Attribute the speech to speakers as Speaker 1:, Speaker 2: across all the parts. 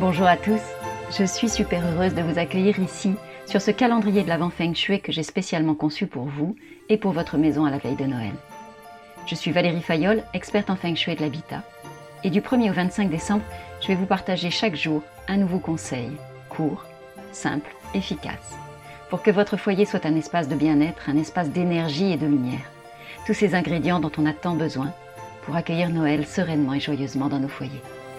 Speaker 1: Bonjour à tous, je suis super heureuse de vous accueillir ici sur ce calendrier de l'Avent Feng Shui que j'ai spécialement conçu pour vous et pour votre maison à la veille de Noël. Je suis Valérie Fayolle, experte en Feng Shui et de l'habitat, et du 1er au 25 décembre, je vais vous partager chaque jour un nouveau conseil, court, simple, efficace, pour que votre foyer soit un espace de bien-être, un espace d'énergie et de lumière. Tous ces ingrédients dont on a tant besoin pour accueillir Noël sereinement et joyeusement dans nos foyers.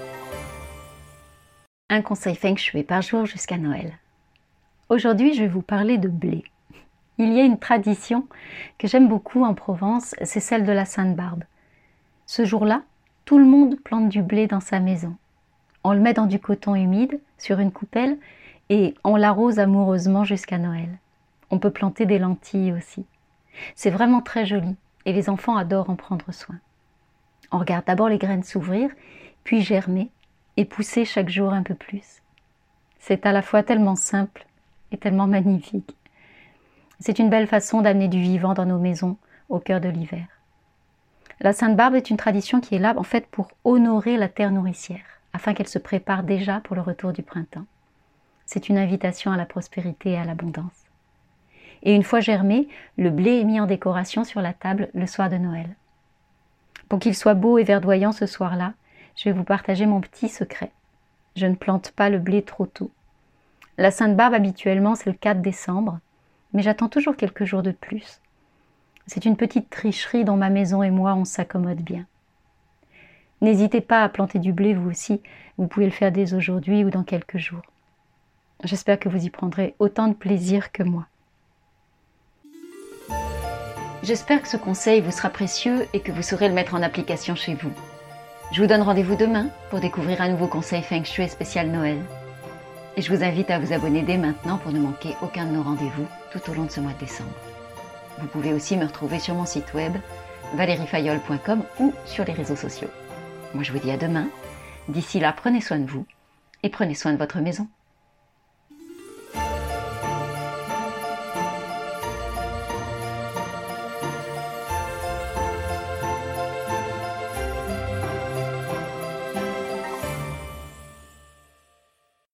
Speaker 1: Un conseil Feng Shui par jour jusqu'à Noël. Aujourd'hui, je vais vous parler de blé. Il y a une tradition que j'aime beaucoup en Provence, c'est celle de la Sainte-Barbe. Ce jour-là, tout le monde plante du blé dans sa maison. On le met dans du coton humide, sur une coupelle, et on l'arrose amoureusement jusqu'à Noël. On peut planter des lentilles aussi. C'est vraiment très joli, et les enfants adorent en prendre soin. On regarde d'abord les graines s'ouvrir, puis germer, et pousser chaque jour un peu plus. C'est à la fois tellement simple et tellement magnifique. C'est une belle façon d'amener du vivant dans nos maisons au cœur de l'hiver. La Sainte-Barbe est une tradition qui est là en fait pour honorer la terre nourricière, afin qu'elle se prépare déjà pour le retour du printemps. C'est une invitation à la prospérité et à l'abondance. Et une fois germé, le blé est mis en décoration sur la table le soir de Noël. Pour qu'il soit beau et verdoyant ce soir-là, je vais vous partager mon petit secret. Je ne plante pas le blé trop tôt. La Sainte-Barbe, habituellement, c'est le 4 décembre, mais j'attends toujours quelques jours de plus. C'est une petite tricherie dont ma maison et moi, on s'accommode bien. N'hésitez pas à planter du blé, vous aussi. Vous pouvez le faire dès aujourd'hui ou dans quelques jours. J'espère que vous y prendrez autant de plaisir que moi. J'espère que ce conseil vous sera précieux et que vous saurez le mettre en application chez vous. Je vous donne rendez-vous demain pour découvrir un nouveau conseil Feng Shui spécial Noël. Et je vous invite à vous abonner dès maintenant pour ne manquer aucun de nos rendez-vous tout au long de ce mois de décembre. Vous pouvez aussi me retrouver sur mon site web valeriefayol.com ou sur les réseaux sociaux. Moi je vous dis à demain. D'ici là, prenez soin de vous et prenez soin de votre maison.